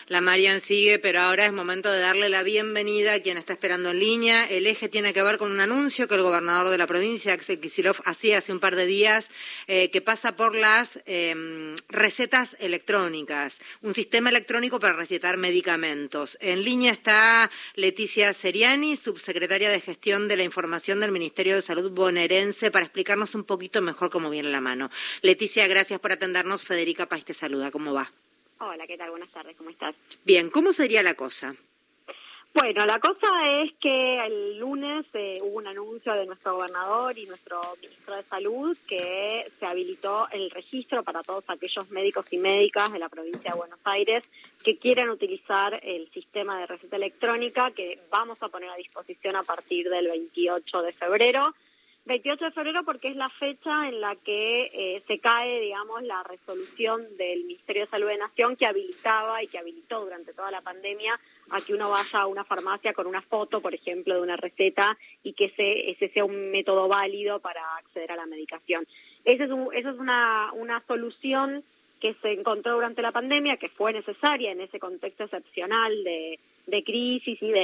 La Marian sigue, pero ahora es momento de darle la bienvenida a quien está esperando en línea. El eje tiene que ver con un anuncio que el gobernador de la provincia, Axel Kicillof, hacía hace un par de días, que pasa por las recetas electrónicas, un sistema electrónico para recetar medicamentos. En línea está Leticia Seriani, subsecretaria de Gestión de la Información del Ministerio de Salud bonaerense, para explicarnos un poquito mejor cómo viene la mano. Leticia, gracias por atendernos. Federica País te saluda. ¿Cómo va? Hola, ¿qué tal? Buenas tardes, ¿cómo estás? Bien, ¿cómo sería la cosa? Bueno, la cosa es que el lunes hubo un anuncio de nuestro gobernador y nuestro ministro de Salud que se habilitó el registro para todos aquellos médicos y médicas de la provincia de Buenos Aires que quieran utilizar el sistema de receta electrónica que vamos a poner a disposición a partir del 28 de febrero. 28 de febrero porque es la fecha en la que se cae, digamos, la resolución del Ministerio de Salud de Nación que habilitaba y que habilitó durante toda la pandemia a que uno vaya a una farmacia con una foto, por ejemplo, de una receta y que ese sea un método válido para acceder a la medicación. Esa es una solución que se encontró durante la pandemia, que fue necesaria en ese contexto excepcional de crisis y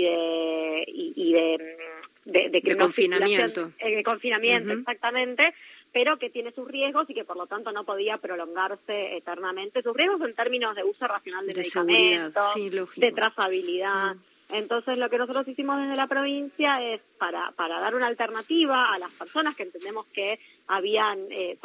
de confinamiento. Confinamiento, exactamente, pero que tiene sus riesgos y que por lo tanto no podía prolongarse eternamente. Sus riesgos en términos de uso racional de medicamentos, sí, de trazabilidad. Entonces lo que nosotros hicimos desde la provincia es para dar una alternativa a las personas que entendemos que habían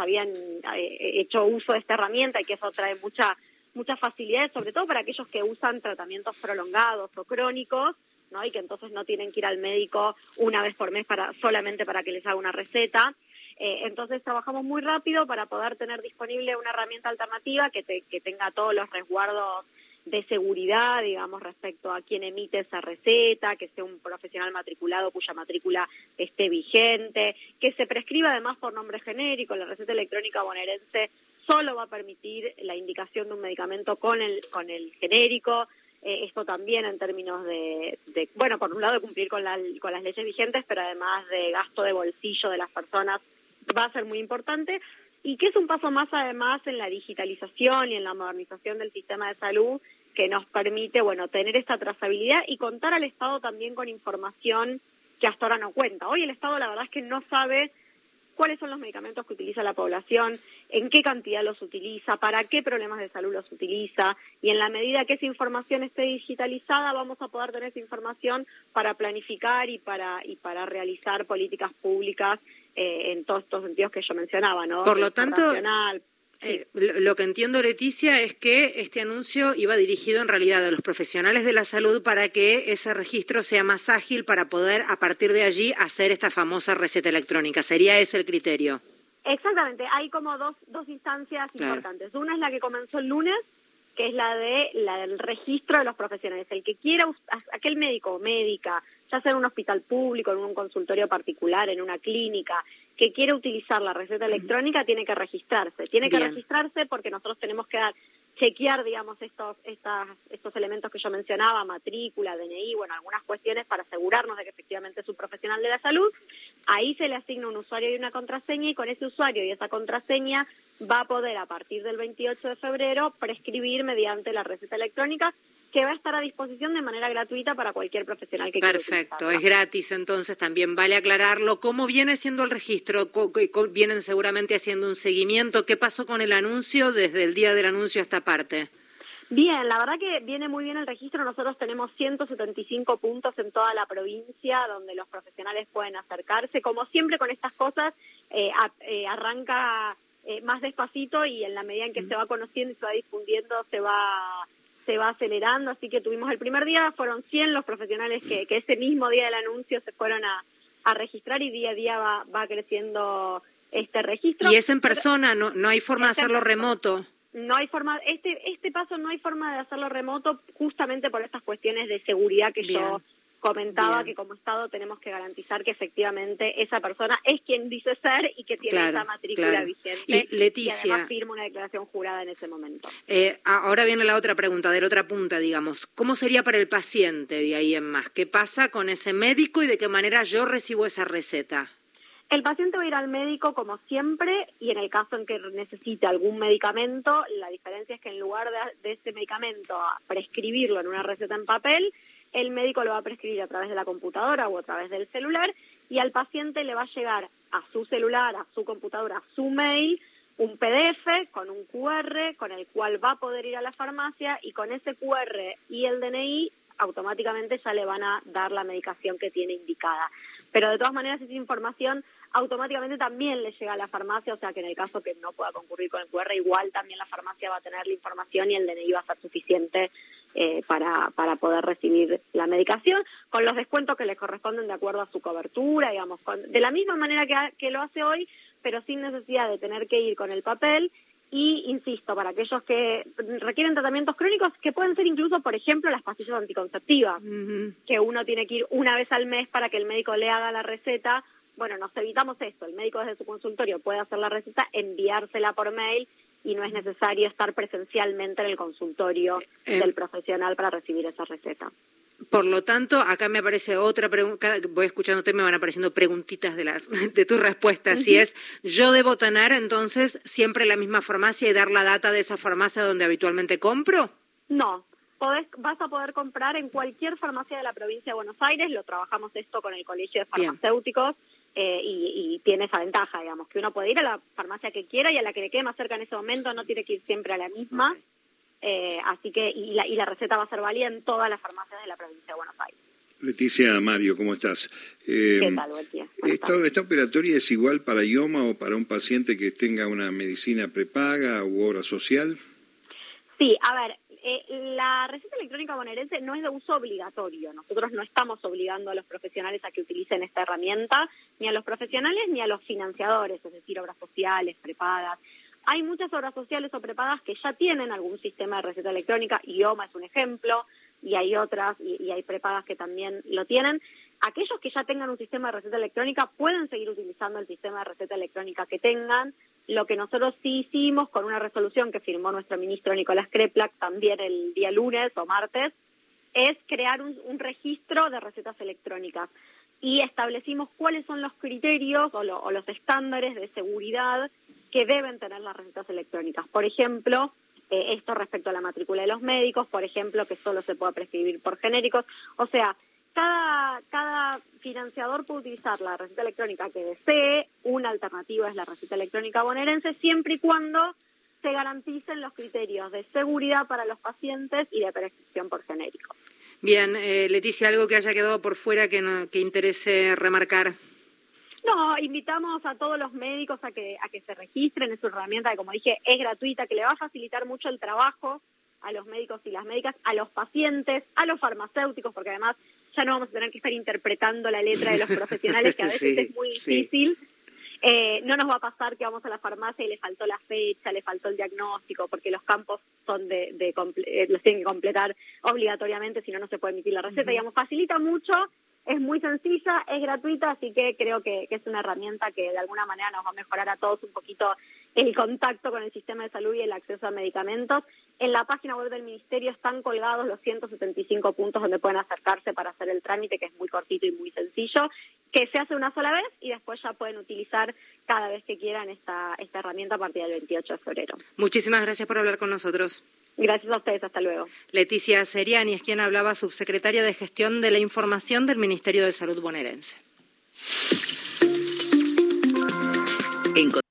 hecho uso de esta herramienta y que eso trae muchas facilidades, sobre todo para aquellos que usan tratamientos prolongados o crónicos, ¿no? Y que entonces no tienen que ir al médico una vez por mes solamente para que les haga una receta. Entonces trabajamos muy rápido para poder tener disponible una herramienta alternativa que tenga todos los resguardos de seguridad, digamos, respecto a quién emite esa receta, que sea un profesional matriculado cuya matrícula esté vigente, que se prescriba además por nombre genérico. La receta electrónica bonaerense solo va a permitir la indicación de un medicamento con el genérico. Esto también en términos de, bueno, por un lado de cumplir con las leyes vigentes, pero además de gasto de bolsillo de las personas va a ser muy importante, y que es un paso más además en la digitalización y en la modernización del sistema de salud que nos permite, bueno, tener esta trazabilidad y contar al Estado también con información que hasta ahora no cuenta. Hoy el Estado la verdad es que no sabe cuáles son los medicamentos que utiliza la población, en qué cantidad los utiliza, para qué problemas de salud los utiliza, y en la medida que esa información esté digitalizada vamos a poder tener esa información para planificar y para realizar políticas públicas en todos estos sentidos que yo mencionaba, ¿no? Por lo tanto, sí. Lo que entiendo, Leticia, es que este anuncio iba dirigido en realidad a los profesionales de la salud para que ese registro sea más ágil para poder, a partir de allí, hacer esta famosa receta electrónica. ¿Sería ese el criterio? Exactamente. Hay como dos instancias importantes. Una es la que comenzó el lunes, que es la del registro de los profesionales. El que quiera, aquel médico o médica, ya sea en un hospital público, en un consultorio particular, en una clínica, que quiere utilizar la receta electrónica, tiene que registrarse. Tiene que registrarse porque nosotros tenemos que chequear, digamos, estos elementos que yo mencionaba, matrícula, DNI, bueno, algunas cuestiones para asegurarnos de que efectivamente es un profesional de la salud. Ahí se le asigna un usuario y una contraseña, y con ese usuario y esa contraseña va a poder, a partir del 28 de febrero, prescribir mediante la receta electrónica, que va a estar a disposición de manera gratuita para cualquier profesional que quiera utilizarla. Perfecto, es gratis entonces, también vale aclararlo. ¿Cómo viene siendo el registro? ¿Vienen seguramente haciendo un seguimiento? ¿Qué pasó con el anuncio desde el día del anuncio a esta parte? Bien, la verdad que viene muy bien el registro. Nosotros tenemos 175 puntos en toda la provincia donde los profesionales pueden acercarse. Como siempre con estas cosas, arranca más despacito, y en la medida en que se va conociendo y se va difundiendo, se va acelerando. Así que tuvimos el primer día, fueron 100 los profesionales que ese mismo día del anuncio se fueron a registrar, y día a día va creciendo este registro. ¿Y es en persona? ¿No hay forma de hacerlo remoto? No hay forma, este paso no hay forma de hacerlo remoto, justamente por estas cuestiones de seguridad que yo comentaba. Bien. Que como Estado tenemos que garantizar que efectivamente esa persona es quien dice ser y que tiene esa matrícula vigente, y Leticia, y además firma una declaración jurada en ese momento. Ahora viene la otra pregunta, de la otra punta, digamos. ¿Cómo sería para el paciente de ahí en más? ¿Qué pasa con ese médico y de qué manera yo recibo esa receta? El paciente va a ir al médico como siempre y en el caso en que necesite algún medicamento, la diferencia es que en lugar de ese medicamento prescribirlo en una receta en papel, el médico lo va a prescribir a través de la computadora o a través del celular y al paciente le va a llegar a su celular, a su computadora, a su mail, un PDF con un QR con el cual va a poder ir a la farmacia y con ese QR y el DNI automáticamente ya le van a dar la medicación que tiene indicada. Pero de todas maneras esa información automáticamente también le llega a la farmacia, o sea que en el caso que no pueda concurrir con el QR, igual también la farmacia va a tener la información y el DNI va a ser suficiente para poder recibir la medicación, con los descuentos que le corresponden de acuerdo a su cobertura, digamos, de la misma manera que lo hace hoy, pero sin necesidad de tener que ir con el papel. Y, insisto, para aquellos que requieren tratamientos crónicos, que pueden ser incluso, por ejemplo, las pastillas anticonceptivas, que uno tiene que ir una vez al mes para que el médico le haga la receta. Bueno, nos evitamos esto. El médico desde su consultorio puede hacer la receta, enviársela por mail y no es necesario estar presencialmente en el consultorio del profesional para recibir esa receta. Por lo tanto, acá me aparece otra pregunta, voy escuchándote, me van apareciendo preguntitas de tus respuestas. Si es, yo debo tener entonces siempre la misma farmacia y dar la data de esa farmacia donde habitualmente compro. No, vas a poder comprar en cualquier farmacia de la provincia de Buenos Aires, lo trabajamos esto con el Colegio de Farmacéuticos y tiene esa ventaja, digamos, que uno puede ir a la farmacia que quiera y a la que le quede más cerca en ese momento, no tiene que ir siempre a la misma. Okay. Así que y la receta va a ser válida en todas las farmacias de la provincia de Buenos Aires. Leticia, Mario, ¿cómo estás? ¿Qué tal, buen día? ¿Esta operatoria es igual para IOMA o para un paciente que tenga una medicina prepaga u obra social? Sí, a ver, la receta electrónica bonaerense no es de uso obligatorio. Nosotros no estamos obligando a los profesionales a que utilicen esta herramienta, ni a los profesionales ni a los financiadores, es decir, obras sociales, prepagas. Hay muchas obras sociales o prepagas que ya tienen algún sistema de receta electrónica, IOMA es un ejemplo, y hay otras, y hay prepagas que también lo tienen. Aquellos que ya tengan un sistema de receta electrónica pueden seguir utilizando el sistema de receta electrónica que tengan. Lo que nosotros sí hicimos con una resolución que firmó nuestro ministro Nicolás Kreplak también el día lunes o martes, es crear un registro de recetas electrónicas. Y establecimos cuáles son los criterios o los estándares de seguridad que deben tener las recetas electrónicas. Por ejemplo, esto respecto a la matrícula de los médicos, por ejemplo, que solo se pueda prescribir por genéricos. O sea, cada financiador puede utilizar la receta electrónica que desee. Una alternativa es la receta electrónica bonaerense, siempre y cuando se garanticen los criterios de seguridad para los pacientes y de prescripción por genéricos. Bien, Leticia, ¿algo que haya quedado por fuera que interese remarcar? No, invitamos a todos los médicos a que se registren. Es una herramienta que, como dije, es gratuita, que le va a facilitar mucho el trabajo a los médicos y las médicas, a los pacientes, a los farmacéuticos, porque además ya no vamos a tener que estar interpretando la letra de los profesionales, que a veces es muy difícil. No nos va a pasar que vamos a la farmacia y le faltó la fecha, le faltó el diagnóstico, porque los campos son los tienen que completar obligatoriamente, si no, no se puede emitir la receta. Digamos, facilita mucho. Es muy sencilla, es gratuita, así que creo que es una herramienta que de alguna manera nos va a mejorar a todos un poquito el contacto con el sistema de salud y el acceso a medicamentos. En la página web del Ministerio están colgados los 175 puntos donde pueden acercarse para hacer el trámite, que es muy cortito y muy sencillo, que se hace una sola vez y después ya pueden utilizar cada vez que quieran esta herramienta a partir del 28 de febrero. Muchísimas gracias por hablar con nosotros. Gracias a ustedes, hasta luego. Leticia Seriani es quien hablaba, subsecretaria de Gestión de la Información del Ministerio de Salud bonaerense.